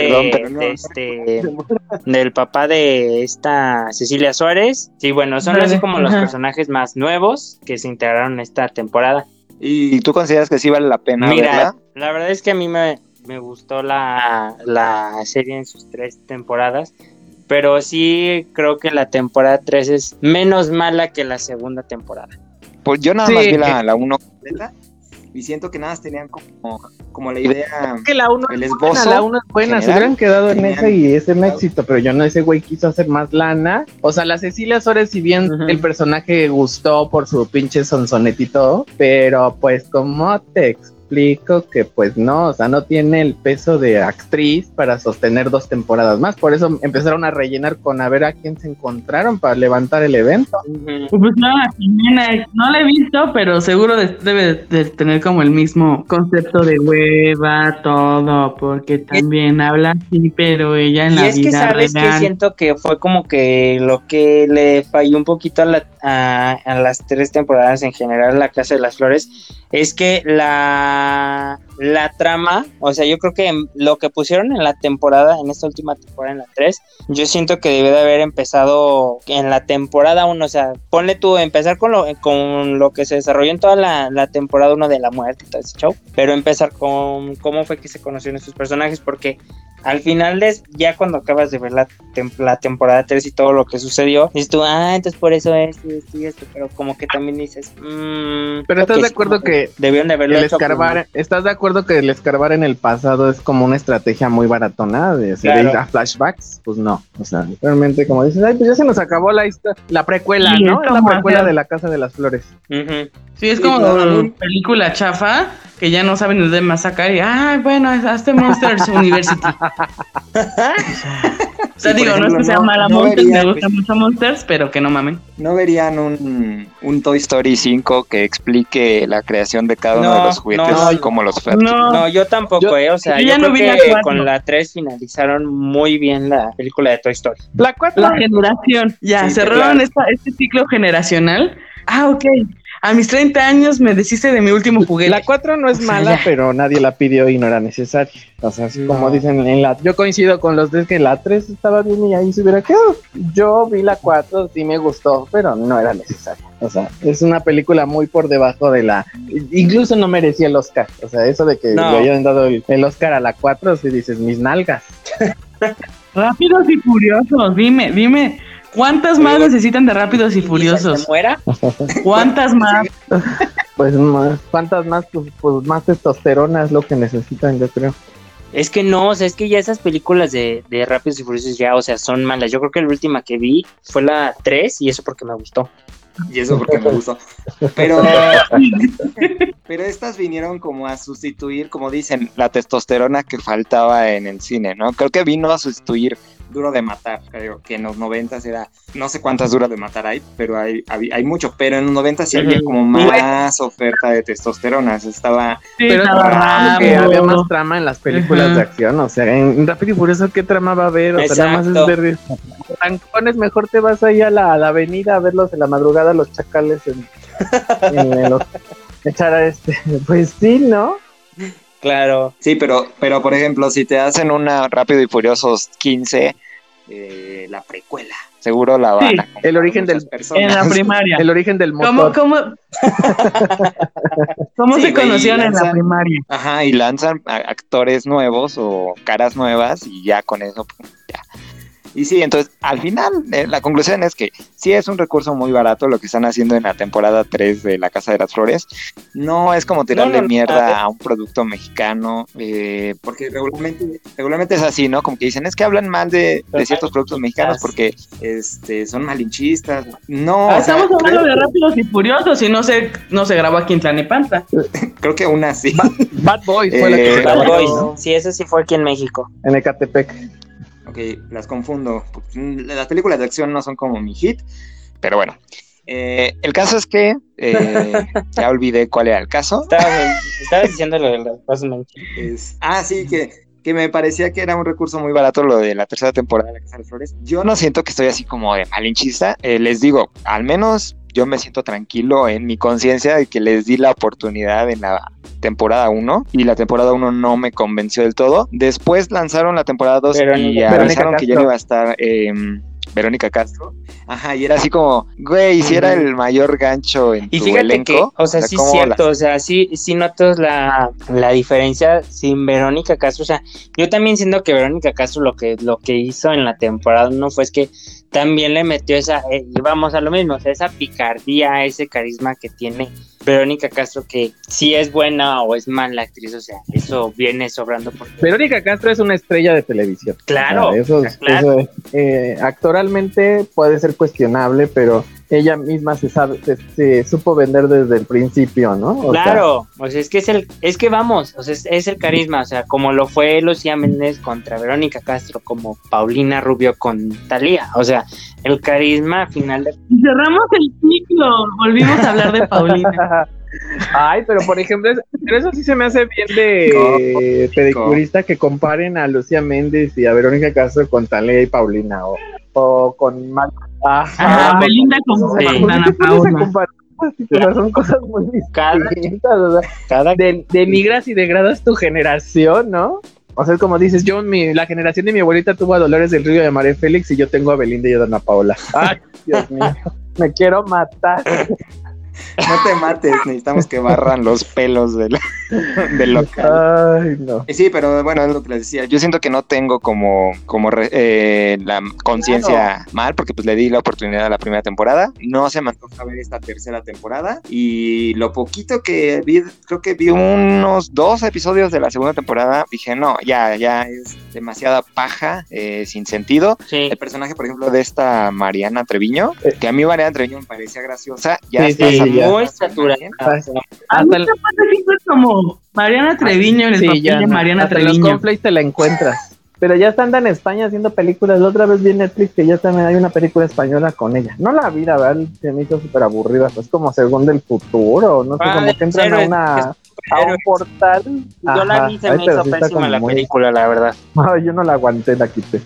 del papá de esta Cecilia Suárez. Sí, bueno, son así como los personajes más nuevos que se integraron esta temporada. ¿Y tú consideras que sí vale la pena verla? La verdad es que a mí me gustó la serie en sus 3 temporadas, pero sí creo que la temporada 3 es menos mala que la segunda temporada. Pues yo nada más vi la 1 completa y siento que nada más tenían como la idea, que la 1 el es esbozo. buena, la 1 es buena, se hubieran quedado en esa y es un éxito, pero yo no, ese güey quiso hacer más lana. O sea, la Cecilia Suárez, si bien el personaje gustó por su pinche sonsonete y todo, pero pues como te explico que pues no, o sea, no tiene el peso de actriz para sostener 2 temporadas más, por eso empezaron a rellenar con a ver a quién se encontraron para levantar el evento. Pues nada, Jimena, no la he visto, pero seguro debe de tener como el mismo concepto de hueva, todo, porque también habla así, pero ella en la vida real. Y es que sabes que siento que fue como que lo que le falló un poquito a las 3 temporadas en general, La Casa de las Flores, es que la trama, o sea, yo creo que lo que pusieron en esta última temporada, en la 3, yo siento que debió de haber empezado en la temporada 1, o sea, ponle tú, empezar con lo que se desarrolló en toda la temporada 1 de la muerte y todo ese show, pero empezar con cómo fue que se conocieron estos personajes, porque al final, ya cuando acabas de ver la temporada 3 y todo lo que sucedió, dices tú, entonces por eso esto y esto, pero como que también dices, pero ¿estás de acuerdo que debieron de haberlo hecho? ¿Estás de acuerdo que el escarbar en el pasado es como una estrategia muy baratona de hacer ir a flashbacks? Pues no, o sea, realmente como dices, pues ya se nos acabó la precuela, ¿no? Es la precuela de La Casa de las Flores. Sí, es como una película chafa que ya no saben de más sacar y, bueno, hazte Monsters University. O sea, digo, ejemplo, no es que sea mala Monsters, me gusta mucho Monsters, pero que no mamen. ¿No verían un Toy Story 5 que explique la creación de cada uno de los juguetes y cómo los fue? No, yo tampoco, o sea, yo creo que con la 3 finalizaron muy bien la película de Toy Story. La 4, la generación, ya, sí, cerraron este ciclo generacional. Ok. A mis 30 años me deshice de mi último juguete. La 4 no es mala, pero nadie la pidió y no era necesaria. O sea, como dicen yo coincido con los tres que la 3 estaba bien y ahí se hubiera quedado. Yo vi la 4, sí me gustó, pero no era necesaria. O sea, es una película muy por debajo de incluso no merecía el Oscar. O sea, eso de que le hayan dado el Oscar a la 4, si dices, mis nalgas. Rápidos y Furiosos, dime. ¿Cuántas más necesitan de Rápidos y Furiosos? ¿Se muera? ¿Cuántas más? Pues más, ¿cuántas más? Pues más testosterona es lo que necesitan, yo creo. Es que no, o sea, es que ya esas películas de Rápidos y Furiosos ya, o sea, son malas. Yo creo que la última que vi fue la 3 y eso porque me gustó. Y eso porque me gustó. Pero estas vinieron como a sustituir, como dicen, la testosterona que faltaba en el cine, ¿no? Creo que vino a sustituir Duro de Matar. Creo que en los 90s era, no sé cuántas Duras de Matar hay, pero hay mucho. Pero en los 90s sí había como más oferta de testosterona. Estaba... Sí, Pero estaba que Rambo. había más trama en las películas de acción, o sea, en Rápido y Furioso, ¿qué trama va a haber? O sea, nada más es Exacto. ver trancones, mejor te vas ahí a la avenida a verlos en la madrugada, los chacales en los echar a pues sí, ¿no? Claro. Sí, pero por ejemplo, si te hacen una Rápido y Furiosos 15, la precuela, seguro la van Sí, a comprar el origen muchas del- personas. En la primaria. El origen del ¿Cómo, motor. cómo Sí, se güey, conocieron en la lanzan- primaria? Ajá, y lanzan actores nuevos o caras nuevas y ya con eso, pues, ya. Y sí, entonces, al final, la conclusión es que sí es un recurso muy barato lo que están haciendo en la temporada 3 de La Casa de las Flores. No es como tirarle No, mierda a un producto mexicano, porque regularmente es así, ¿no? Como que dicen, es que hablan mal de ciertos productos mexicanos porque son malinchistas. No, o sea, Estamos hablando de Rápidos y Furiosos y no se grabó aquí en Tlanepantla. creo que una sí. Bad Boys fue la que se Bad grabó Boys. Sí, eso sí fue aquí en México. en Ecatepec. Ok, las confundo. Las películas de acción no son como mi hit, pero bueno. El caso es que ya olvidé cuál era el caso. Estabas diciendo lo de las cosas Sí, que me parecía que era un recurso muy barato lo de la tercera temporada de La Casa de las Flores. Yo no siento que estoy así como de malinchista. Les digo, al menos yo me siento tranquilo en mi conciencia de que les di la oportunidad en la temporada 1 y la temporada 1 no me convenció del todo. Después lanzaron la temporada 2 y avisaron que ya no iba a estar Verónica Castro. Ajá, y era así como, güey, si era el mayor gancho en Y tu fíjate elenco. que, o sea, sí es ¿cómo cierto, o sea, sí notas la diferencia sin Verónica Castro, o sea, yo también siento que Verónica Castro lo que hizo en la temporada no fue es que también le metió y vamos a lo mismo, o sea, esa picardía, ese carisma que tiene Verónica Castro, que si es buena o es mala actriz, o sea, eso viene sobrando porque... Verónica Castro es una estrella de televisión. Claro, O sea, eso es, actoralmente puede ser cuestionable, pero ella misma se supo vender desde el principio, ¿no? Claro, o sea, es que vamos, o sea, es el carisma, o sea, como lo fue Lucía Méndez contra Verónica Castro, como Paulina Rubio con Thalía, o sea, el carisma final de... Cerramos el ciclo, volvimos a hablar de Paulina. Ay, pero por ejemplo, pero eso sí se me hace bien de pedicurista que comparen a Lucía Méndez y a Verónica Castro con Thalía y Paulina o con Belinda con Dana Paula. Son cosas muy distintas, o sea, denigras y degradas tu generación, ¿no? O sea, como dices, la generación de mi abuelita tuvo a Dolores del Río y a María Félix y yo tengo a Belinda y a Dana Paula. Ay, Dios mío, me quiero matar. No te mates, necesitamos que barran los pelos del local. Ay, no. Sí, pero bueno, es lo que les decía. Yo siento que no tengo como la conciencia mal, porque pues le di la oportunidad a la primera temporada. No se me antoja ver esta tercera temporada. Y lo poquito que vi, creo que vi unos 2 episodios de la segunda temporada. Dije, no, ya es demasiada paja, sin sentido. Sí. El personaje, por ejemplo, de esta Mariana Treviño, que a mí Mariana Treviño me parecía graciosa, ya Sí, está muy saturada. A mí siempre es como Mariana Treviño en el papel de Mariana hasta Treviño. en los cornflakes te la encuentras. Pero ya anda en España haciendo películas. La otra vez vi en Netflix que ya también hay una película española con ella. No la vi, la verdad, se me hizo súper aburrida. Es como Según del Futuro, no sé, como que entran a un portal. Yo la vi, se me hizo pésima la película, la verdad. No, yo no la aguanté, la quité.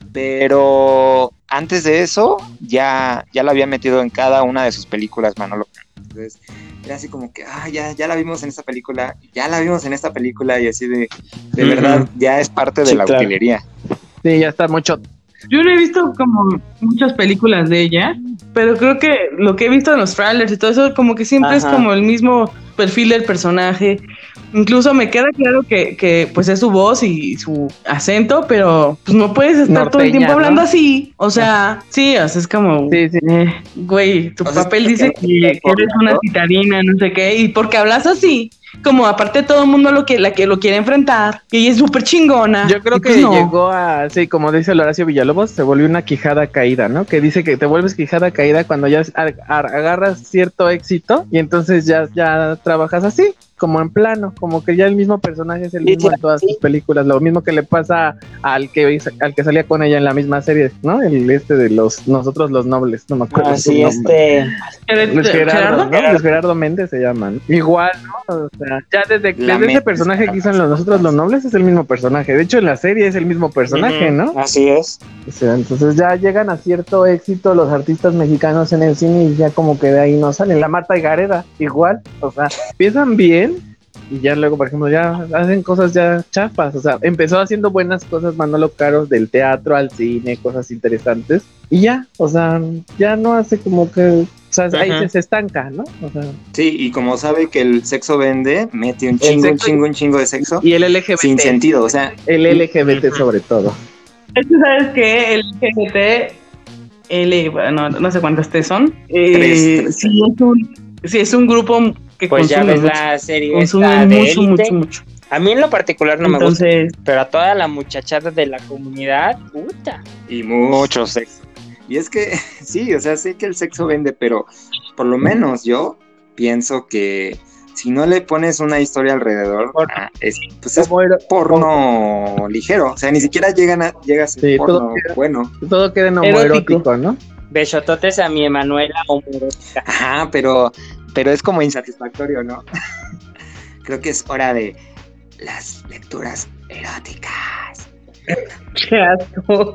Pero antes de eso, ya la había metido en cada una de sus películas Manolo Caro. Entonces, era así como que, ya la vimos en esta película, ya la vimos en esta película, y así de verdad, ya es parte de la utilería. Sí, ya está mucho. Yo no he visto como muchas películas de ella, pero creo que lo que he visto en los trailers y todo eso, como que siempre es como el mismo perfil del personaje. Incluso me queda claro que pues es su voz y su acento, pero pues no puedes estar todo el tiempo hablando así. O sea, sí, o sea, es como, güey, tu papel dice que eres una citadina, no sé qué, y porque hablas así, como aparte todo el mundo la que lo quiere enfrentar, y ella es súper chingona. Yo creo y que pues no. llegó a, sí, como dice el Horacio Villalobos, se volvió una quijada caída, ¿no? Que dice que te vuelves quijada caída cuando ya agarras cierto éxito y entonces ya trabajas así, como en plano, como que ya el mismo personaje es el mismo en todas sus películas, lo mismo que le pasa al que salía con ella en la misma serie, ¿no? El de nosotros los nobles, no me acuerdo su nombre. Luis Gerardo, ¿no? Luis Gerardo Méndez se llaman. Igual, ¿no? O sea, ya desde ese personaje que hizo en Nosotros los Nobles es el mismo personaje. De hecho, en la serie es el mismo personaje, ¿no? Así es. O sea, entonces ya llegan a cierto éxito los artistas mexicanos en el cine y ya como que de ahí no salen. La Marta y Gareda, igual. O sea, empiezan bien y ya luego, por ejemplo, ya hacen cosas ya chafas. O sea, empezó haciendo buenas cosas Manolo Caro, del teatro al cine, cosas interesantes. Y ya, o sea, ya no hace como que... O sea, ahí se estanca, ¿no? O sea, sí, y como sabe que el sexo vende, mete un chingo de sexo. Y el LGBT. Sin sentido, o sea. El LGBT sobre todo. Es que sabes que el LGBT, bueno, no sé cuántas T son. Tres. Sí, es un grupo que pues consume ya ves mucho. la serie Consume mucho. A mí en lo particular no Entonces, me gusta, pero a toda la muchachada de la comunidad, puta. Y mucho sexo. Y es que, sí, o sea, sé que el sexo vende, pero por lo menos yo pienso que si no le pones una historia alrededor, es porno ligero. O sea, ni siquiera llega a ser porno bueno. Todo queda en homoerótico, ¿no? Besototes a mi Emanuela homoerótica. Ajá, pero es como insatisfactorio, ¿no? Creo que es hora de las lecturas eróticas. ¡Qué asco!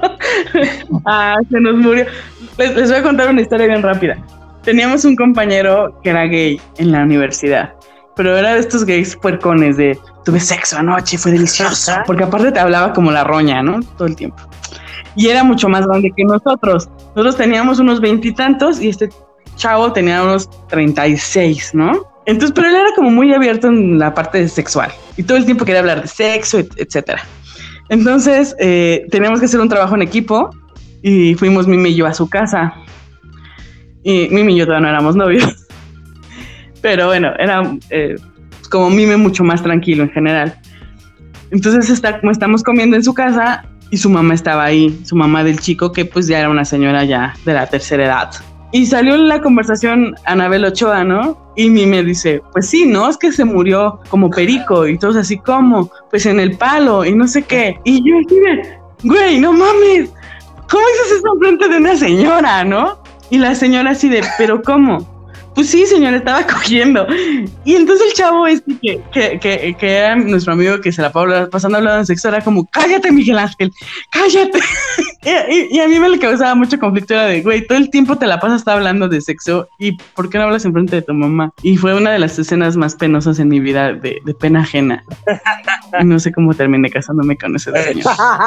Se nos murió. Les voy a contar una historia bien rápida. Teníamos un compañero que era gay en la universidad, pero era de estos gays puercones de tuve sexo anoche, fue delicioso, porque aparte te hablaba como la roña, ¿no? Todo el tiempo. Y era mucho más grande que nosotros. Nosotros teníamos unos 20 y tantos y este chavo tenía unos 36, ¿no? Entonces, pero él era como muy abierto en la parte sexual y todo el tiempo quería hablar de sexo, etcétera. Entonces, teníamos que hacer un trabajo en equipo y fuimos Mimi y yo a su casa. Y Mimi y yo todavía no éramos novios. Pero bueno, era como Mimi mucho más tranquilo en general. Entonces estamos comiendo en su casa y su mamá estaba ahí, su mamá del chico que pues ya era una señora ya de la tercera edad. Y salió en la conversación Anabel Ochoa, ¿no? Y Mimi dice, pues sí, ¿no? Es que se murió como perico y todos así como, pues en el palo y no sé qué. Y yo así de, güey, no mames, ¿cómo dices eso enfrente de una señora, no? Y la señora así de, ¿pero cómo? Pues sí, señora, estaba cogiendo. Y entonces el chavo que era nuestro amigo que se la pasando hablando de sexo, era como, cállate, Miguel Ángel, cállate. y a mí me le causaba mucho conflicto, era de, güey, todo el tiempo te la pasas hablando de sexo, ¿y por qué no hablas enfrente de tu mamá? Y fue una de las escenas más penosas en mi vida, de pena ajena. Y no sé cómo terminé casándome con ese señor.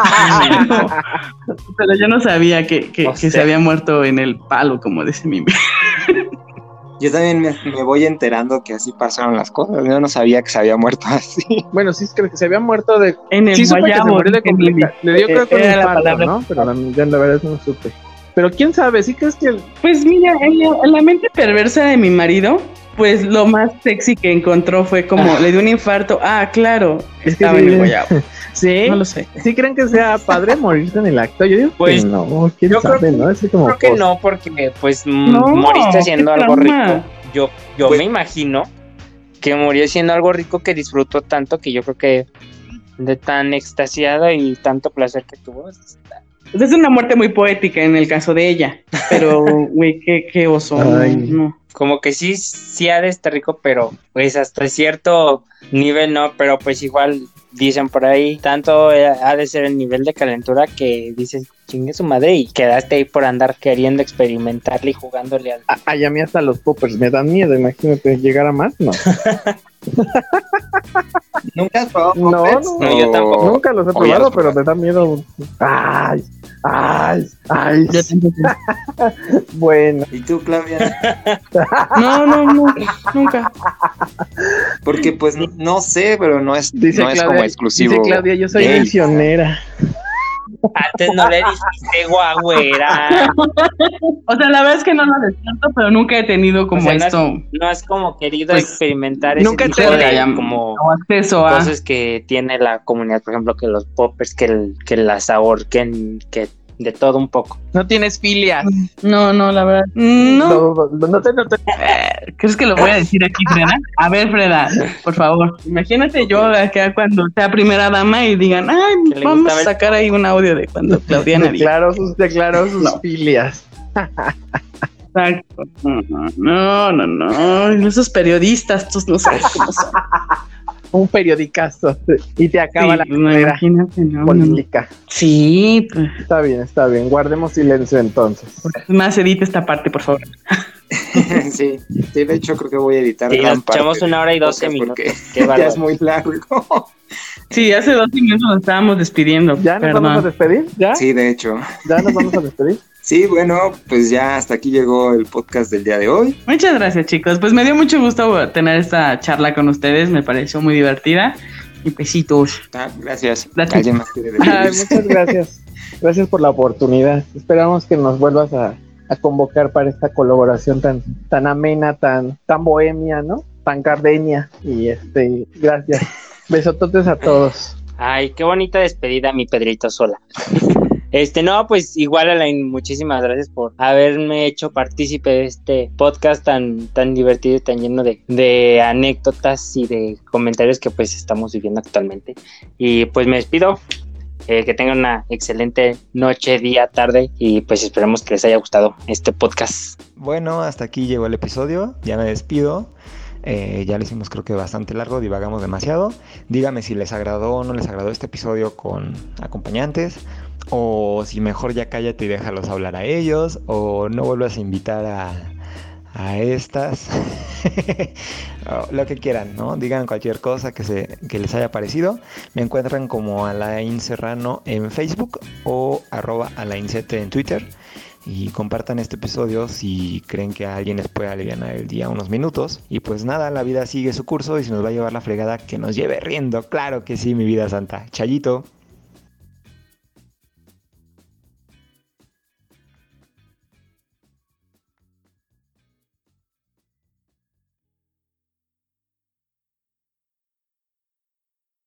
Pero yo no sabía que se había muerto en el palo, como dice Mimi. Yo también me voy enterando que así pasaron las cosas. Yo no sabía que se había muerto así. Bueno, sí, creo que se había muerto de... En el guayabo. Le dio creo que un infarto, ¿no? Pero ya la verdad no supe. Pero quién sabe, ¿sí crees que...? Pues mira, en la mente perversa de mi marido, pues lo más sexy que encontró fue como, le dio un infarto. Ah, claro, estaba en el guayabo. Sí, no lo sé. ¿Sí creen que sea padre morirse en el acto? Yo digo pues, que no, quién sabe, ¿no? Es como creo que no, porque pues moriste haciendo algo rico. Yo pues, me imagino que murió siendo algo rico que disfrutó tanto que yo creo que de tan extasiado y tanto placer que tuvo. Es una muerte muy poética en el caso de ella, pero güey, qué oso. No. Como que sí ha de estar rico, pero pues hasta cierto nivel no, pero pues igual dicen por ahí, tanto ha de ser el nivel de calentura que dices, chingue su madre, y quedaste ahí por andar queriendo experimentarle y jugándole al... Ay, a mí hasta los poppers me dan miedo, imagínate, llegar a más, no. ¿Nunca has probado poppers? No, yo tampoco. Nunca los he probado, pero me da miedo. Ay. Bueno. ¿Y tú, Claudia? No, nunca. Porque pues no sé, pero no es Claudia, como exclusivo. Dice Claudia, yo soy misionera. Antes no le dijiste guagüera. O sea, la verdad es que no lo descarto, pero nunca he tenido como O sea, esto. No has como querido Pues, experimentar ese nunca tipo te- de como O acceso a. cosas que tiene la comunidad, por ejemplo, que los poppers, que la sabor, que de todo un poco. No tienes filias. No, la verdad. No. No te- ¿Crees que lo voy a decir aquí, Freda? A ver, Freda, por favor. Imagínate yo acá cuando sea primera dama y digan, ay, Que le vamos gusta a ver- sacar ahí un audio de cuando Claudiana diga. declaró sus No. filias. Exacto. No. Esos periodistas, estos no sabes cómo son. Un periodicazo. Y te acaba Sí, la pues, no, carrera imagínate, no. política. Sí, pues, Está bien. Guardemos silencio entonces. más edita esta parte, por favor. Sí, de hecho creo que voy a editar Y gran nos parte echamos del 1 hora y 12 podcast minutos. porque Qué ya bárbaro. es muy largo. Sí, hace 2 minutos nos estábamos despidiendo. ¿Ya nos perdón. vamos a despedir? ¿Ya? Sí, de hecho. ¿Ya nos vamos a despedir? Sí, bueno, pues ya hasta aquí llegó el podcast del día de hoy. Muchas gracias, chicos. Pues me dio mucho gusto tener esta charla con ustedes. Me pareció muy divertida. Y besitos. Gracias. Gracias. ¿Alguien más quiere Ay, despedirse? muchas gracias. Gracias por la oportunidad. Esperamos que nos vuelvas a convocar para esta colaboración tan amena, tan bohemia, ¿no? Tan cardeña. Y gracias. Besototes a todos. Ay, qué bonita despedida, mi Pedrito Sola. No, pues igual, Alain, muchísimas gracias por haberme hecho partícipe de este podcast tan divertido y tan lleno de anécdotas y de comentarios que pues estamos viviendo actualmente. Y pues me despido. Que tengan una excelente noche, día, tarde y pues esperemos que les haya gustado este podcast. Bueno, hasta aquí llegó el episodio, ya me despido. Ya lo hicimos creo que bastante largo, divagamos demasiado. Dígame si les agradó o no les agradó este episodio con acompañantes, o si mejor ya cállate y déjalos hablar a ellos, o no vuelvas a invitar a estas. O lo que quieran, ¿no? Digan cualquier cosa que les haya parecido. Me encuentran como Alain Serrano en Facebook o @AlainSete en Twitter. Y compartan este episodio si creen que a alguien les puede aliviar el día unos minutos. Y pues nada, la vida sigue su curso y si nos va a llevar la fregada, que nos lleve riendo. Claro que sí, mi vida santa. Chayito.